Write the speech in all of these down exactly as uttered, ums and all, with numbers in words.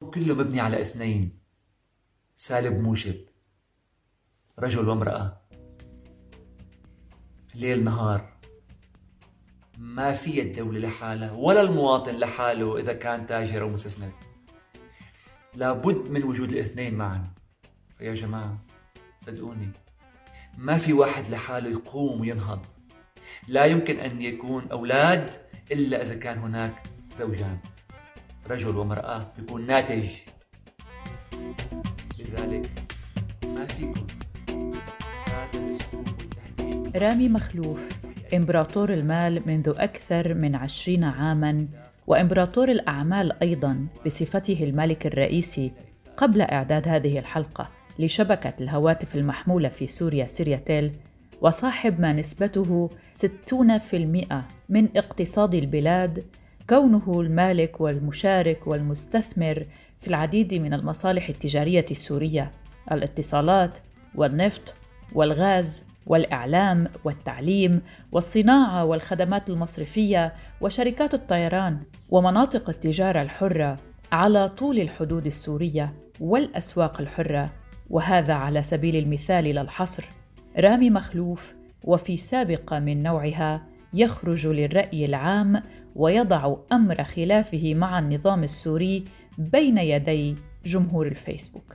النظام كله مبني على اثنين، سالب موجب، رجل وامرأة، ليل نهار. ما في الدولة لحالها ولا المواطن لحاله إذا كان تاجر أو مستثمر، لابد من وجود الاثنين معا. فيا جماعة صدقوني، ما في واحد لحاله يقوم وينهض. لا يمكن أن يكون أولاد إلا إذا كان هناك زوجان، رجل ومرأة، يكون ناتج. لذلك ما فيكم هذا الأسلوب والتهديد. رامي مخلوف إمبراطور المال منذ أكثر من عشرين عاماً، وإمبراطور الأعمال أيضاً بصفته المالك الرئيسي قبل إعداد هذه الحلقة لشبكة الهواتف المحمولة في سوريا سورياتيل، وصاحب ما نسبته ستين بالمئة من اقتصاد البلاد، كونه المالك والمشارك والمستثمر في العديد من المصالح التجارية السورية، الاتصالات والنفط والغاز والإعلام والتعليم والصناعة والخدمات المصرفية وشركات الطيران ومناطق التجارة الحرة على طول الحدود السورية والأسواق الحرة. وهذا على سبيل المثال لا الحصر. رامي مخلوف وفي سابقة من نوعها يخرج للرأي العام ويضع أمر خلافه مع النظام السوري بين يدي جمهور الفيسبوك.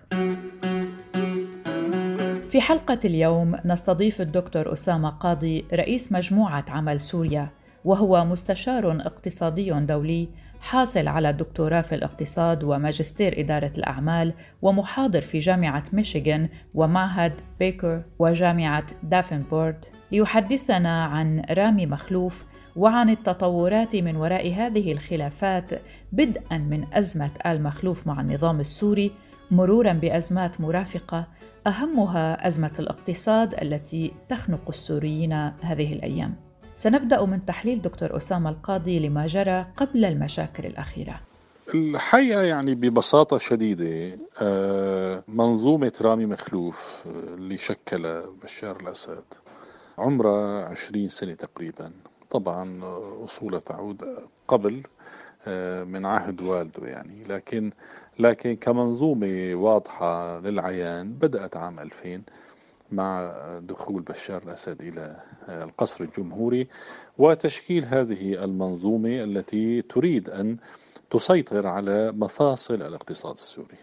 في حلقة اليوم نستضيف الدكتور أسامة قاضي رئيس مجموعة عمل سوريا، وهو مستشار اقتصادي دولي حاصل على دكتوراه في الاقتصاد وماجستير إدارة الأعمال، ومحاضر في جامعة ميشيغان ومعهد بيكر وجامعة دافنبورت، ليحدثنا عن رامي مخلوف وعن التطورات من وراء هذه الخلافات، بدءاً من أزمة آل مخلوف مع النظام السوري، مروراً بأزمات مرافقة أهمها أزمة الاقتصاد التي تخنق السوريين هذه الأيام. سنبدأ من تحليل دكتور أسامة القاضي لما جرى قبل المشاكل الأخيرة. الحقيقة يعني ببساطة شديدة منظومة رامي مخلوف اللي شكل بشار الأسد عمرها عشرين سنة تقريبا، طبعا أصولها تعود قبل من عهد والده يعني، لكن لكن كمنظومة واضحة للعيان بدأت عام ألفين مع دخول بشار الأسد إلى القصر الجمهوري وتشكيل هذه المنظومة التي تريد أن تسيطر على مفاصل الاقتصاد السوري.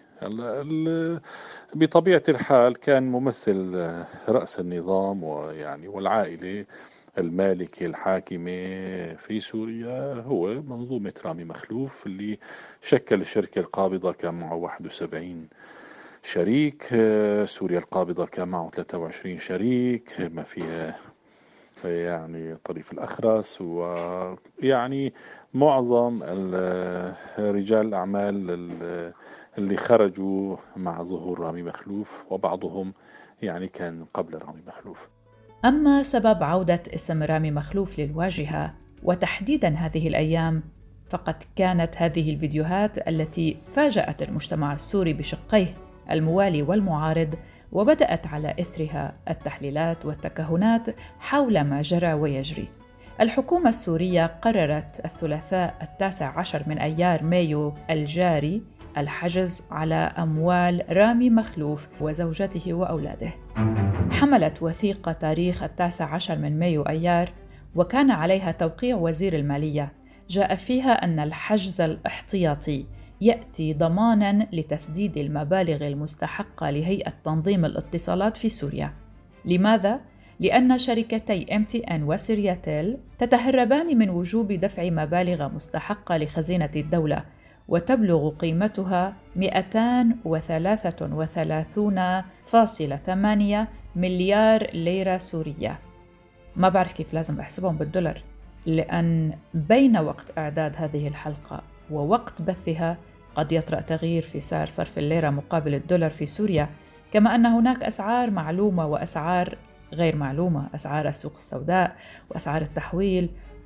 بطبيعة الحال كان ممثل رأس النظام ويعني والعائلة المالكي الحاكمة في سوريا هو منظومة رامي مخلوف اللي شكل الشركة القابضة، كان معه واحد وسبعين شريك، سوريا القابضة كان معه ثلاثة وعشرين شريك، ما فيها يعني طريف الأخرس، ويعني معظم رجال الأعمال اللي خرجوا مع ظهور رامي مخلوف، وبعضهم يعني كان قبل رامي مخلوف. أما سبب عودة اسم رامي مخلوف للواجهة وتحديداً هذه الأيام، فقد كانت هذه الفيديوهات التي فاجأت المجتمع السوري بشقيه الموالي والمعارض، وبدأت على إثرها التحليلات والتكهنات حول ما جرى ويجري. الحكومة السورية قررت الثلاثاء التاسع عشر من أيار مايو الجاري الحجز على أموال رامي مخلوف وزوجته وأولاده. حملت وثيقة تاريخ التاسع عشر من مايو أيار، وكان عليها توقيع وزير المالية، جاء فيها أن الحجز الاحتياطي يأتي ضماناً لتسديد المبالغ المستحقة لهيئة تنظيم الاتصالات في سوريا. لماذا؟ لأن شركتي إم تي إن وسورياتيل تتهربان من وجوب دفع مبالغ مستحقة لخزينة الدولة، وتبلغ قيمتها مئتين وثلاثة وثلاثين فاصلة ثمانية مليار ليرة سورية. ما بعرف كيف لازم أحسبهم بالدولار، لأن بين وقت إعداد هذه الحلقة ووقت بثها قد يطرأ تغيير في سعر صرف الليرة مقابل الدولار في سوريا، كما أن هناك أسعار معلومة وأسعار غير معلومة، أسعار السوق السوداء وأسعار التحويل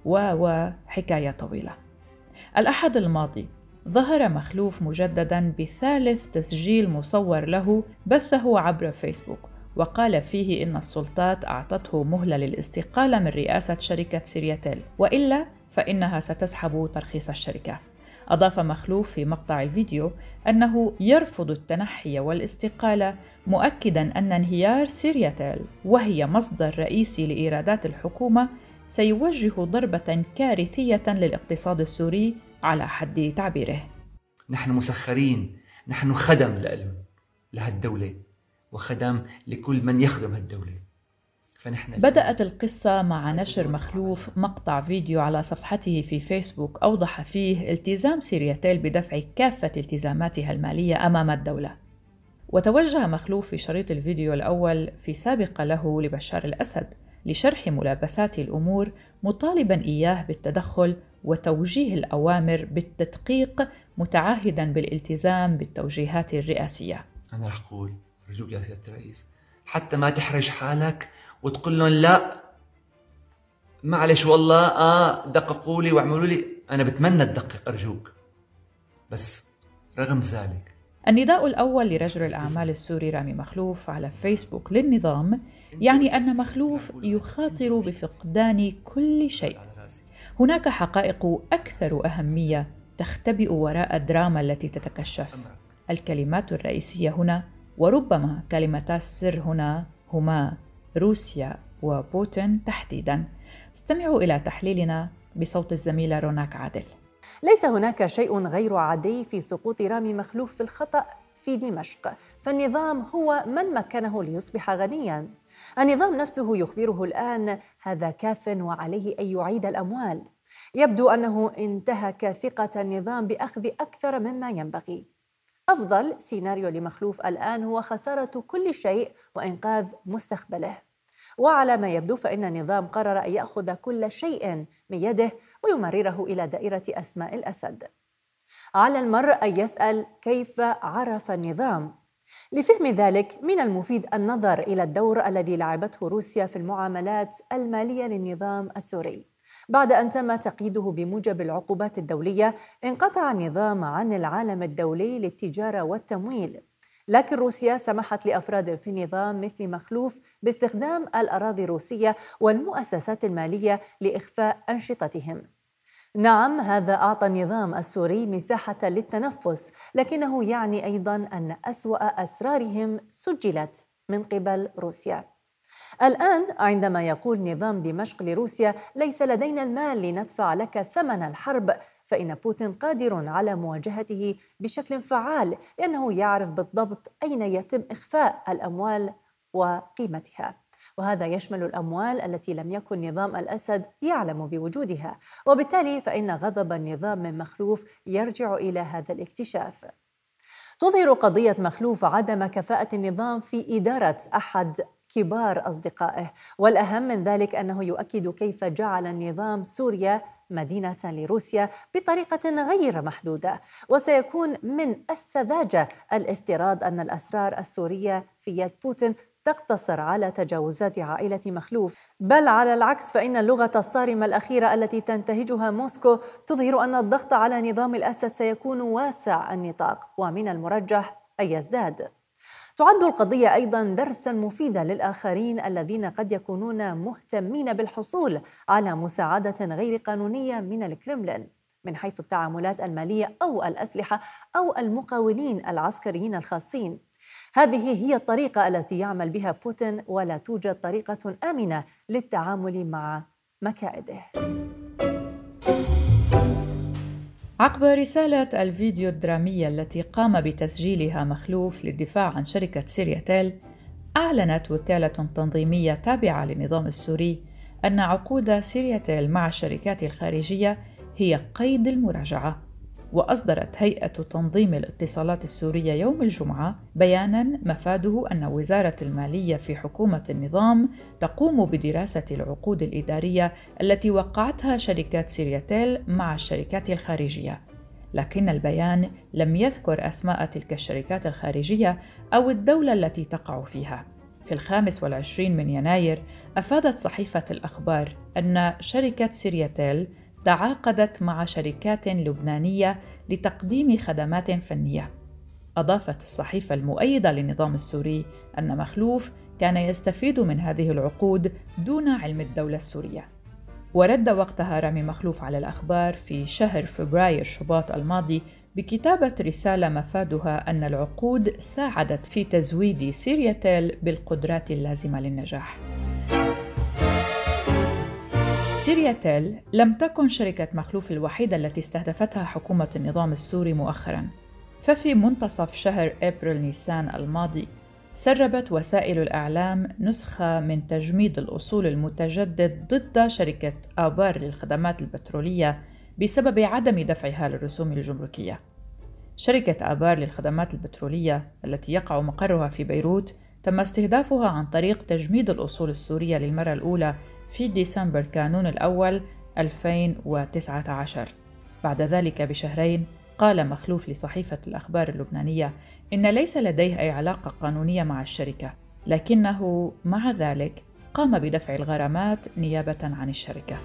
وحكاية طويلة. الأحد الماضي ظهر مخلوف مجدداً بثالث تسجيل مصور له بثه عبر فيسبوك، وقال فيه إن السلطات أعطته مهلة للاستقالة من رئاسة شركة سورياتيل، وإلا فإنها ستسحب ترخيص الشركة. أضاف مخلوف في مقطع الفيديو أنه يرفض التنحي والاستقالة، مؤكداً أن انهيار سيرياتيل وهي مصدر رئيسي لإيرادات الحكومة سيوجه ضربة كارثية للاقتصاد السوري على حد تعبيره. نحن مسخرين، نحن خدم لهم لهالدولة وخدم لكل من يخدم هالدولة. فنحن بدأت القصة مع نشر مخلوف مقطع فيديو على صفحته في فيسبوك أوضح فيه التزام سيرياتيل بدفع كافة التزاماتها المالية أمام الدولة. وتوجه مخلوف في شريط الفيديو الأول في سابقة له لبشار الأسد لشرح ملابسات الأمور، مطالباً إياه بالتدخل وتوجيه الأوامر بالتدقيق، متعهداً بالالتزام بالتوجيهات الرئاسية. أنا رح أقول أرجوك يا سيادة الرئيس، حتى ما تحرج حالك وتقول لهم لا معلش والله آه دققوا لي واعملوا لي، أنا بتمنى تدقق أرجوك. بس رغم ذلك النداء الأول لرجل الأعمال السوري رامي مخلوف على فيسبوك للنظام يعني أن مخلوف يخاطر بفقدان كل شيء. هناك حقائق أكثر أهمية تختبئ وراء الدراما التي تتكشف. الكلمات الرئيسية هنا وربما كلمتا السر هنا هما روسيا وبوتين تحديداً. استمعوا إلى تحليلنا بصوت الزميلة روناك عادل. ليس هناك شيء غير عادي في سقوط رامي مخلوف في الخطأ في دمشق، فالنظام هو من مكنه ليصبح غنياً. النظام نفسه يخبره الآن هذا كاف وعليه أن يعيد الأموال. يبدو أنه انتهك ثقة النظام بأخذ أكثر مما ينبغي. أفضل سيناريو لمخلوف الآن هو خسارة كل شيء وإنقاذ مستقبله. وعلى ما يبدو فإن النظام قرر أن يأخذ كل شيء من يده ويمرره إلى دائرة أسماء الأسد. على المرء أن يسأل كيف عرف النظام. لفهم ذلك من المفيد النظر إلى الدور الذي لعبته روسيا في المعاملات المالية للنظام السوري. بعد أن تم تقييده بموجب العقوبات الدولية، انقطع النظام عن العالم الدولي للتجارة والتمويل، لكن روسيا سمحت لأفراد في النظام مثل مخلوف باستخدام الأراضي الروسية والمؤسسات المالية لإخفاء أنشطتهم. نعم، هذا أعطى النظام السوري مساحة للتنفس، لكنه يعني أيضاً أن أسوأ أسرارهم سجلت من قبل روسيا. الآن عندما يقول نظام دمشق لروسيا ليس لدينا المال لندفع لك ثمن الحرب، فإن بوتين قادر على مواجهته بشكل فعال، لأنه يعرف بالضبط أين يتم إخفاء الأموال وقيمتها، وهذا يشمل الأموال التي لم يكن نظام الأسد يعلم بوجودها. وبالتالي فإن غضب النظام من مخلوف يرجع إلى هذا الاكتشاف. تظهر قضية مخلوف عدم كفاءة النظام في إدارة أحد كبار أصدقائه، والأهم من ذلك أنه يؤكد كيف جعل النظام سوريا مدينة لروسيا بطريقة غير محدودة. وسيكون من السذاجة الافتراض أن الأسرار السورية في يد بوتين تقتصر على تجاوزات عائلة مخلوف، بل على العكس فإن اللغة الصارمة الأخيرة التي تنتهجها موسكو تظهر أن الضغط على نظام الأسد سيكون واسع النطاق ومن المرجح أن يزداد. تعد القضية أيضاً درساً مفيداً للآخرين الذين قد يكونون مهتمين بالحصول على مساعدة غير قانونية من الكرملين من حيث التعاملات المالية أو الأسلحة أو المقاولين العسكريين الخاصين. هذه هي الطريقة التي يعمل بها بوتين، ولا توجد طريقة آمنة للتعامل مع مكائده. عقب رسالة الفيديو الدرامية التي قام بتسجيلها مخلوف للدفاع عن شركة سيرياتيل، أعلنت وكالة تنظيمية تابعة للنظام السوري أن عقود سيرياتيل مع الشركات الخارجية هي قيد المراجعة. وأصدرت هيئة تنظيم الاتصالات السورية يوم الجمعة بياناً مفاده أن وزارة المالية في حكومة النظام تقوم بدراسة العقود الإدارية التي وقعتها شركات سيرياتيل مع الشركات الخارجية، لكن البيان لم يذكر أسماء تلك الشركات الخارجية أو الدولة التي تقع فيها. في الخامس والعشرين من يناير أفادت صحيفة الأخبار أن شركة سيرياتيل تعاقدت مع شركات لبنانية لتقديم خدمات فنية. أضافت الصحيفة المؤيدة للنظام السوري أن مخلوف كان يستفيد من هذه العقود دون علم الدولة السورية. ورد وقتها رامي مخلوف على الأخبار في شهر فبراير شباط الماضي بكتابة رسالة مفادها أن العقود ساعدت في تزويد سيرياتيل بالقدرات اللازمة للنجاح. سيرياتيل لم تكن شركة مخلوف الوحيدة التي استهدفتها حكومة النظام السوري مؤخراً، ففي منتصف شهر أبريل نيسان الماضي سربت وسائل الإعلام نسخة من تجميد الأصول المتجدد ضد شركة آبار للخدمات البترولية بسبب عدم دفعها للرسوم الجمركية. شركة آبار للخدمات البترولية التي يقع مقرها في بيروت تم استهدافها عن طريق تجميد الأصول السورية للمرة الأولى في ديسمبر كانون الأول ألفين وتسعة عشر. بعد ذلك بشهرين قال مخلوف لصحيفة الأخبار اللبنانية إن ليس لديه أي علاقة قانونية مع الشركة، لكنه مع ذلك قام بدفع الغرامات نيابة عن الشركة.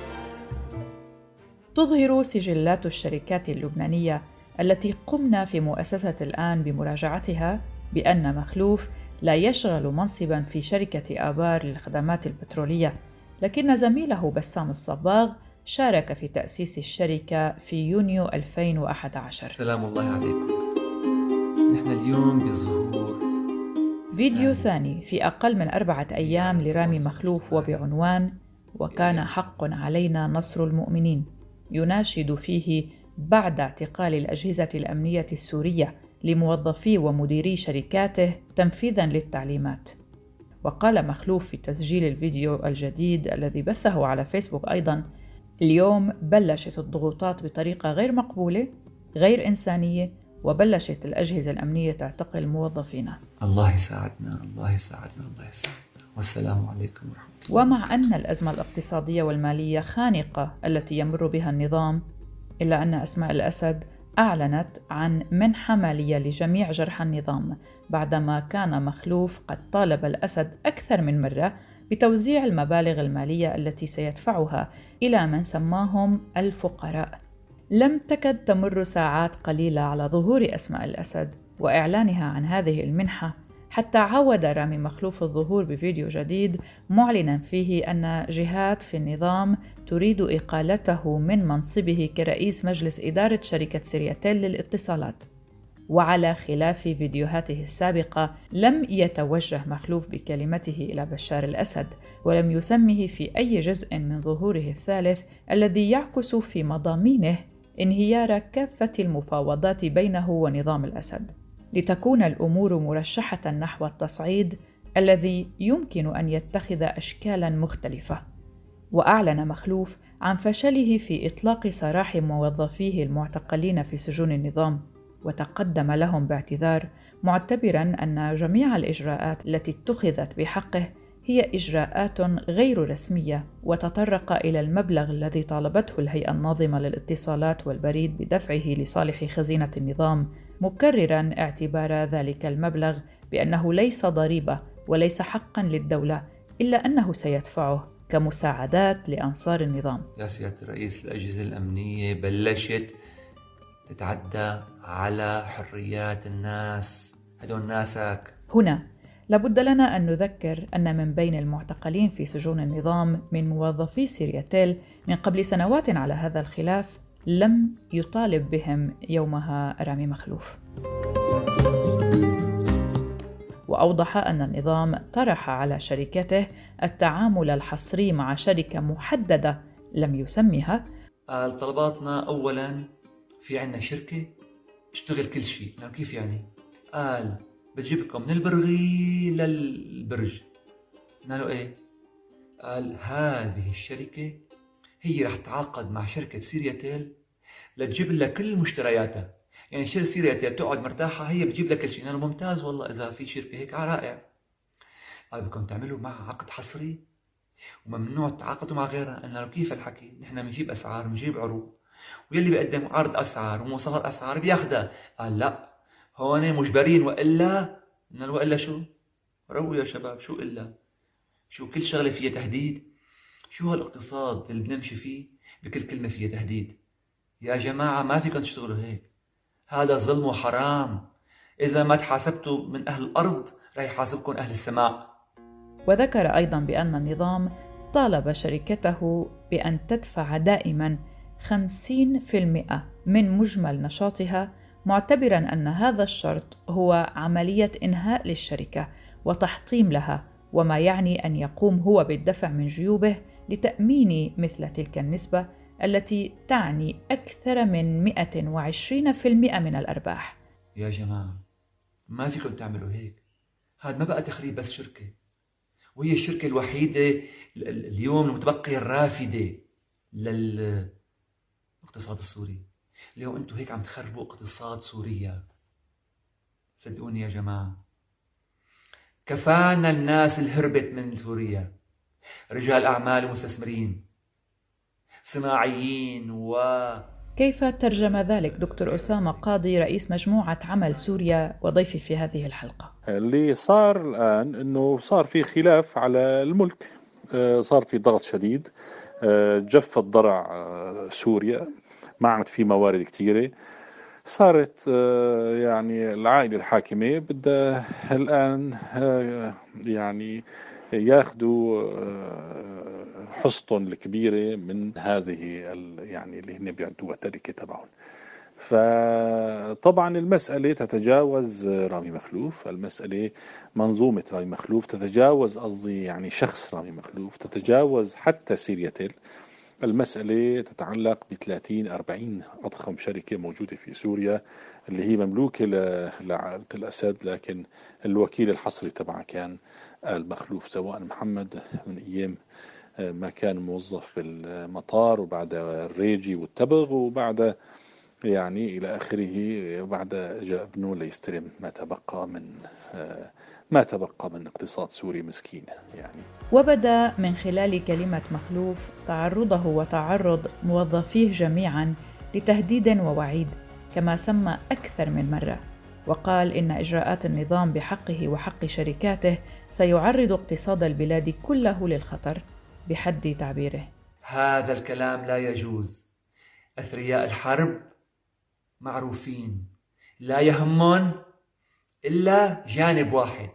تظهر سجلات الشركات اللبنانية التي قمنا في مؤسسة الآن بمراجعتها بأن مخلوف لا يشغل منصباً في شركة آبار للخدمات البترولية، لكن زميله بسام الصباغ شارك في تأسيس الشركة في يونيو ألفين وأحد عشر. سلام الله عليكم. نحن اليوم بظهور فيديو ثاني في أقل من أربعة أيام لرامي مخلوف وبعنوان "وكان حق علينا نصر المؤمنين", يناشد فيه بعد اعتقال الأجهزة الأمنية السورية لموظفي ومديري شركاته تنفيذاً للتعليمات. وقال مخلوف في تسجيل الفيديو الجديد الذي بثه على فيسبوك أيضاً: اليوم بلشت الضغوطات بطريقة غير مقبولة، غير إنسانية، وبلشت الأجهزة الأمنية تعتقل موظفينا. الله يساعدنا، الله يساعدنا، الله يساعدنا، والسلام عليكم ورحمة الله. ومع أن الأزمة الاقتصادية والمالية خانقة التي يمر بها النظام، إلا أن أسماء الأسد أعلنت عن منحة مالية لجميع جرحى النظام بعدما كان مخلوف قد طالب الأسد أكثر من مرة بتوزيع المبالغ المالية التي سيدفعها إلى من سماهم الفقراء. لم تكد تمر ساعات قليلة على ظهور أسماء الأسد وإعلانها عن هذه المنحة، حتى عود رامي مخلوف الظهور بفيديو جديد معلنا فيه أن جهات في النظام تريد إقالته من منصبه كرئيس مجلس إدارة شركة سيرياتيل للاتصالات. وعلى خلاف فيديوهاته السابقة لم يتوجه مخلوف بكلمته إلى بشار الأسد، ولم يسمه في أي جزء من ظهوره الثالث الذي يعكس في مضامينه انهيار كافة المفاوضات بينه ونظام الأسد، لتكون الأمور مرشحة نحو التصعيد الذي يمكن أن يتخذ أشكالاً مختلفة. وأعلن مخلوف عن فشله في إطلاق سراح موظفيه المعتقلين في سجون النظام، وتقدم لهم باعتذار معتبراً أن جميع الإجراءات التي اتخذت بحقه هي إجراءات غير رسمية، وتطرق إلى المبلغ الذي طالبته الهيئة الناظمة للاتصالات والبريد بدفعه لصالح خزينة النظام، مكرراً اعتبار ذلك المبلغ بأنه ليس ضريبة وليس حقاً للدولة، إلا أنه سيدفعه كمساعدات لأنصار النظام. يا سيادة الرئيس، الأجهزة الأمنية بلشت تتعدى على حريات الناس، هدول ناسك. هنا لابد لنا أن نذكر أن من بين المعتقلين في سجون النظام من موظفي سيرياتيل من قبل سنوات على هذا الخلاف لم يطالب بهم يومها رامي مخلوف. وأوضح أن النظام طرح على شركته التعامل الحصري مع شركة محددة لم يسميها. قال طلباتنا أولاً في عنا شركة اشتغل كل شيء. نعم كيف يعني؟ قال بتجيبكم من البرغي للبرج. قلنا له ايه؟ قال هذه الشركة هي رح تعاقد مع شركة سيرياتيل لتجيب لها كل مشترياتها، يعني شركة سيرياتيل تقعد مرتاحة، هي بتجيب لك كل شيء. قلنا له ممتاز والله، إذا في شركة هيك رائع. قال بدكم تعملوا معها عقد حصري وممنوع تعاقدوا مع غيرها. قلنا له كيف الحكي؟ نحن بنجيب أسعار، بنجيب عروض، واللي بيقدم عرض أسعار ومواصفات أسعار بياخدها. قال لا، هون مجبرين، وإلا. قلنا له وإلا شو؟ رووا يا شباب، شو إلا؟ شو كل شغلة فيها تهديد؟ شو هالاقتصاد اللي بنمشي فيه بكل كلمة فيها تهديد؟ يا جماعة ما فيكم تشتغلوا هيك، هذا ظلم وحرام. إذا ما تحاسبتوا من أهل الأرض رح يحاسبكم أهل السماء. وذكر أيضاً بأن النظام وطالب شركته بأن تدفع دائماً خمسين بالمئة من مجمل نشاطها، معتبراً أن هذا الشرط هو عملية إنهاء للشركة وتحطيم لها، وما يعني أن يقوم هو بالدفع من جيوبه لتأمين مثل تلك النسبة التي تعني أكثر من مئة وعشرين بالمئة من الأرباح. يا جماعة، ما فيكم تعملوا هيك. هذا ما بقى تخريب بس شركة، وهي الشركة الوحيدة اليوم المتبقية الرافدة للاقتصاد السوري. اليوم أنتم هيك عم تخربوا اقتصاد سوريا. صدقوني يا جماعة، كفانا الناس اللي هربت من سوريا، رجال أعمال ومستثمرين صناعيين. و كيف ترجم ذلك دكتور أسامة قاضي رئيس مجموعة عمل سوريا وضيفي في هذه الحلقة؟ اللي صار الآن أنه صار في خلاف على الملك، صار في ضغط شديد، جفت ضرع سوريا، ما عاد في موارد كثيرة، صارت يعني العائلة الحاكمة بدها الآن يعني ياخذوا حصتهم الكبيرة من هذه يعني اللي هن بيعدوها تركة تبعهم. فطبعا المسألة تتجاوز رامي مخلوف، المسألة منظومة رامي مخلوف، تتجاوز قصدي يعني شخص رامي مخلوف، تتجاوز حتى سيرياتيل. المسألة تتعلق ب ثلاثين أربعين أضخم شركة موجودة في سوريا اللي هي مملوكة لعائلة الأسد، لكن الوكيل الحصري تبعها كان آل مخلوف، سواء محمد من أيام ما كان موظف بالمطار، وبعد الريجي والتبغ، وبعد يعني إلى آخره، وبعد جاء ابنه ليستلم ما تبقى من ما تبقى من اقتصاد سوري مسكين يعني. وبدا من خلال كلمة مخلوف تعرضه وتعرض موظفيه جميعاً لتهديد ووعيد، كما سمى أكثر من مرة، وقال إن إجراءات النظام بحقه وحق شركاته سيعرض اقتصاد البلاد كله للخطر بحد تعبيره. هذا الكلام لا يجوز. أثرياء الحرب معروفين، لا يهمون إلا جانب واحد.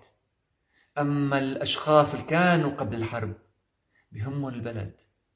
أما الأشخاص اللي كانوا قبل الحرب بهمهم البلد،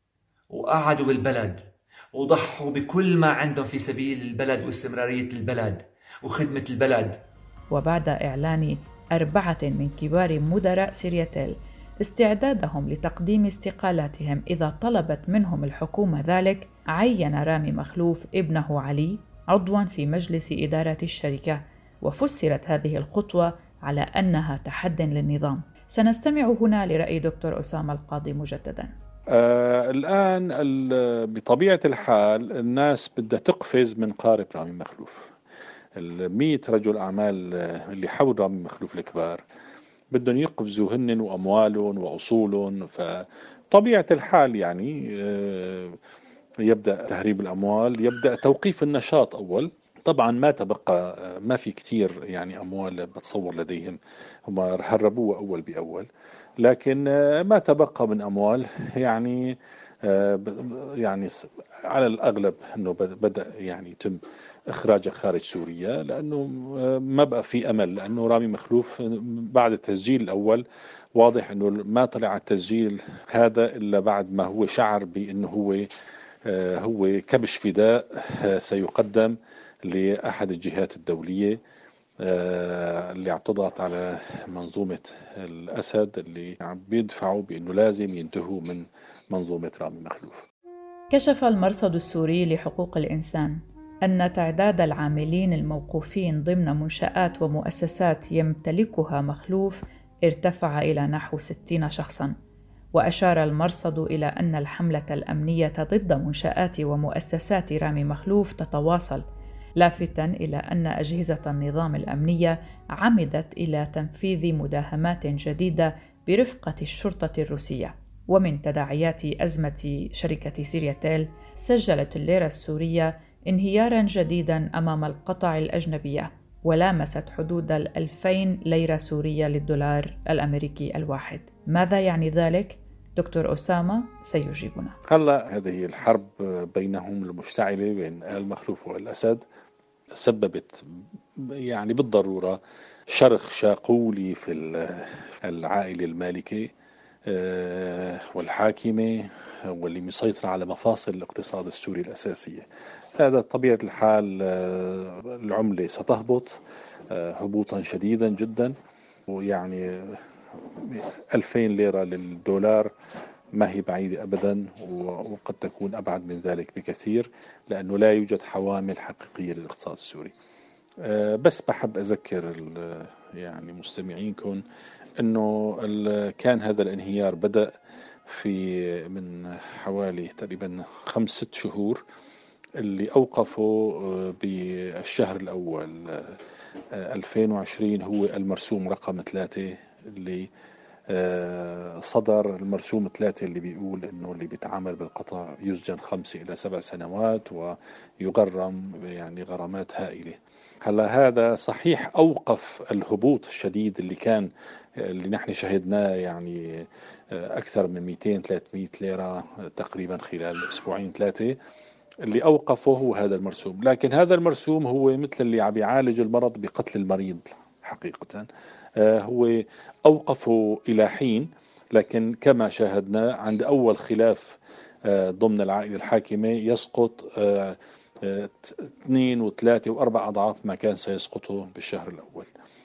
وقعدوا بالبلد وضحوا بكل ما عندهم في سبيل البلد واستمرارية البلد وخدمة البلد. وبعد إعلان أربعة من كبار مدراء سيرياتيل استعدادهم لتقديم استقالاتهم إذا طلبت منهم الحكومة ذلك، عين رامي مخلوف ابنه علي عضواً في مجلس إدارة الشركة، وفسرت هذه الخطوة على أنها تحد للنظام. سنستمع هنا لرأي دكتور أسامة القاضي مجدداً. آه الآن بطبيعة الحال الناس بدها تقفز من قارب رامي مخلوف. المئة رجل أعمال اللي حول رامي مخلوف الكبار بدهم يقفزوا هن وأموالهم وأصولهم، فطبيعة الحال يعني آه يبدأ تهريب الأموال، يبدأ توقيف النشاط أول. طبعا ما تبقى، ما في كتير يعني أموال بتصور لديهم، هم هربوها أول بأول، لكن ما تبقى من أموال يعني يعني على الأغلب أنه بدأ يعني يتم إخراجها خارج سوريا، لأنه ما بقى في أمل، لأنه رامي مخلوف بعد التسجيل الأول واضح أنه ما طلع التسجيل هذا إلا بعد ما هو شعر بأنه هو هو كبش فداء سيقدم لأحد الجهات الدولية اللي اعتضت على منظومة الأسد، اللي عم بيدفعوا بأنه لازم ينتهوا من منظومة رامي مخلوف. كشف المرصد السوري لحقوق الإنسان أن تعداد العاملين الموقوفين ضمن منشآت ومؤسسات يمتلكها مخلوف ارتفع إلى نحو ستين شخصاً. وأشار المرصد إلى أن الحملة الأمنية ضد منشآت ومؤسسات رامي مخلوف تتواصل، لافتاً إلى أن أجهزة النظام الأمنية عمدت إلى تنفيذ مداهمات جديدة برفقة الشرطة الروسية. ومن تداعيات أزمة شركة سيرياتيل سجلت الليرة السورية انهياراً جديداً أمام القطع الأجنبية، ولامست حدود الألفين ليرة سورية للدولار الأمريكي الواحد. ماذا يعني ذلك؟ دكتور أسامة سيجيبنا. هلا هذه الحرب بينهم المشتعلة بين آل مخلوف والأسد سببت يعني بالضرورة شرخ شاقولي في العائلة المالكة والحاكمة واللي مسيطرة على مفاصل الاقتصاد السوري الأساسية. هذا طبيعة الحال العملة ستهبط هبوطا شديدا جدا، ويعني ألفين ليرة للدولار ما هي بعيدة أبدا، وقد تكون أبعد من ذلك بكثير، لأنه لا يوجد حوامل حقيقية للاقتصاد السوري. بس بحب أذكر يعني مستمعينكم أنه كان هذا الانهيار بدأ في من حوالي تقريبا خمس ست شهور، اللي أوقفوا بالشهر الأول ألفين وعشرين هو المرسوم رقم ثلاثة، اللي صدر المرسوم ثلاثة اللي بيقول إنه اللي بيتعامل بالقطع يسجن خمسة إلى سبع سنوات ويغرم يعني غرامات هائلة. هلا هذا صحيح أوقف الهبوط الشديد اللي كان اللي نحن شهدناه يعني أكثر من مئتين ثلاثمئة ليرة تقريبا خلال أسبوعين ثلاثة، اللي أوقفه هو هذا المرسوم. لكن هذا المرسوم هو مثل اللي عم يعالج المرض بقتل المريض حقيقة. آه هو أوقفه إلى حين، لكن كما شاهدنا عند أول خلاف آه ضمن العائلة الحاكمة يسقط آه آه اثنين وثلاثة وأربع أضعاف ما كان سيسقطه بالشهر الأول.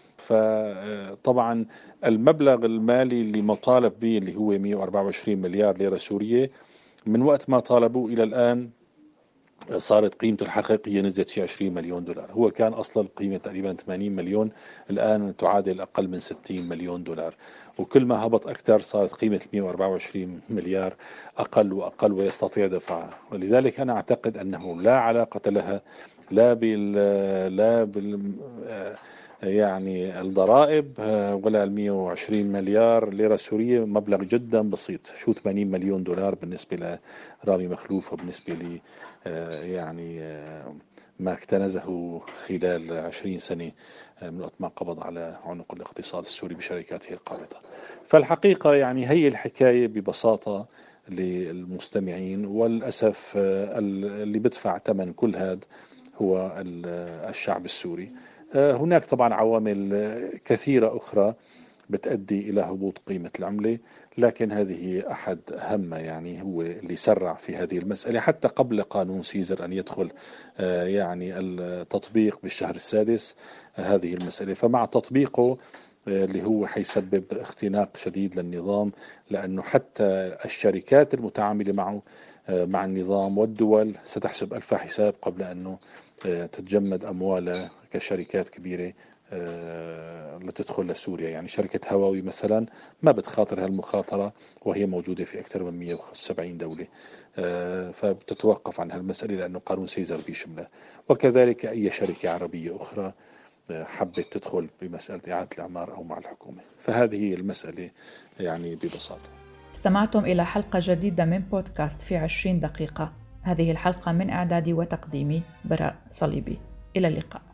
فطبعا المبلغ المالي اللي مطالب به اللي هو مئة وأربعة وعشرين مليار ليرة سورية، من وقت ما طالبوا إلى الآن صارت قيمته الحقيقية نزلت في عشرين مليون دولار. هو كان أصلا القيمة تقريبا ثمانين مليون، الآن تعادل أقل من ستين مليون دولار، وكل ما هبط أكثر صارت قيمة مئة وأربعة وعشرين مليار أقل وأقل ويستطيع دفعها. ولذلك أنا أعتقد أنه لا علاقة لها لا بال لا بال يعني الضرائب ولا المئة وعشرين مليار ليرة سورية، مبلغ جدا بسيط، شو ثمانين مليون دولار بالنسبة لرامي مخلوف وبالنسبة لي يعني ما اكتنزه خلال عشرين سنة من وقت ما قبض على عنق الاقتصاد السوري بشركاته القابضة. فالحقيقة يعني هي الحكاية ببساطة للمستمعين، والأسف اللي بدفع ثمن كل هذا هو الشعب السوري. هناك طبعا عوامل كثيرة أخرى بتؤدي إلى هبوط قيمة العملة، لكن هذه أحد أهم يعني هو اللي سرع في هذه المسألة حتى قبل قانون سيزر أن يدخل يعني التطبيق بالشهر السادس هذه المسألة. فمع تطبيقه اللي هو حيسبب اختناق شديد للنظام، لأنه حتى الشركات المتعاملة معه مع النظام والدول ستحسب ألف حساب قبل أنه تتجمد أموالها كشركات كبيرة لتدخل لسوريا. يعني شركة هواوي مثلا ما بتخاطر هالمخاطرة وهي موجودة في أكثر من مئة وسبعين دولة، فبتتوقف عن هالمسألة لأنه قانون سيزر بيشمله. وكذلك أي شركة عربية أخرى حبت تدخل بمسألة إعادة الإعمار أو مع الحكومة. فهذه المسألة يعني ببساطة. استمعتم إلى حلقة جديدة من بودكاست في عشرين دقيقة. هذه الحلقة من إعدادي وتقديمي براء صليبي. إلى اللقاء.